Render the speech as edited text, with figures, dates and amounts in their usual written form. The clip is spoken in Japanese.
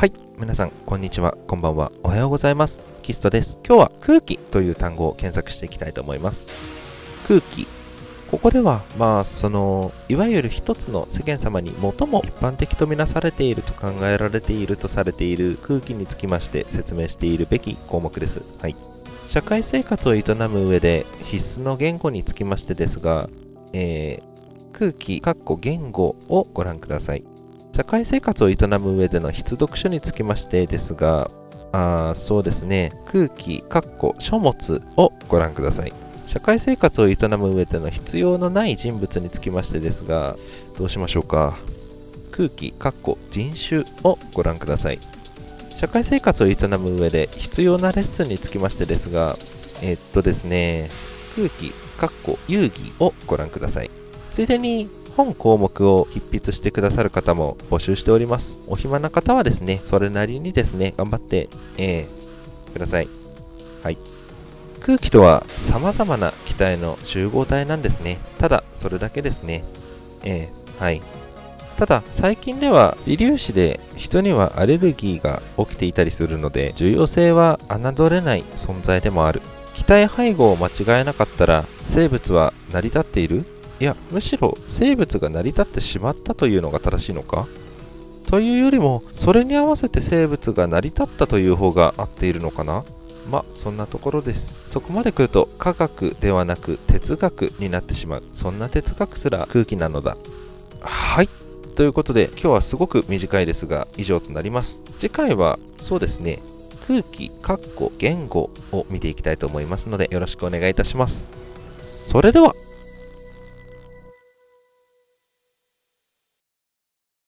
はい、皆さんこんにちは、こんばんは、おはようございます。キストです。今日は空気という単語を検索していきたいと思います。空気。ここでは、いわゆる一つの世間様に最も一般的とみなされていると考えられているとされている空気につきまして説明しているべき項目です。はい。社会生活を営む上で必須の言語につきましてですが、空気、言語をご覧ください。社会生活を営む上での必読書につきましてですが、そうですね、空気、書物をご覧ください。社会生活を営む上での必要のない人物につきましてですが、どうしましょうか。空気、人種をご覧ください。社会生活を営む上で必要なレッスンにつきましてですが、ですね、空気、遊戯をご覧ください。ついでに本項目を筆筆してくださる方も募集しております。お暇な方はですね、それなりにですね、頑張って、ください。はい。空気とは様々な気体の集合体なんですね。ただ、それだけですね。はい。ただ、最近では微粒子で人にはアレルギーが起きていたりするので、重要性は侮れない存在でもある。気体配合を間違えなかったら、生物は成り立っている？いや、むしろ生物が成り立ってしまったというのが正しいのか？というよりも、それに合わせて生物が成り立ったという方が合っているのかな？そんなところです。そこまで来ると科学ではなく哲学になってしまう。そんな哲学すら空気なのだ。はい。ということで、今日はすごく短いですが、以上となります。次回は、そうですね、空気、言語を見ていきたいと思いますので、よろしくお願いいたします。それでは。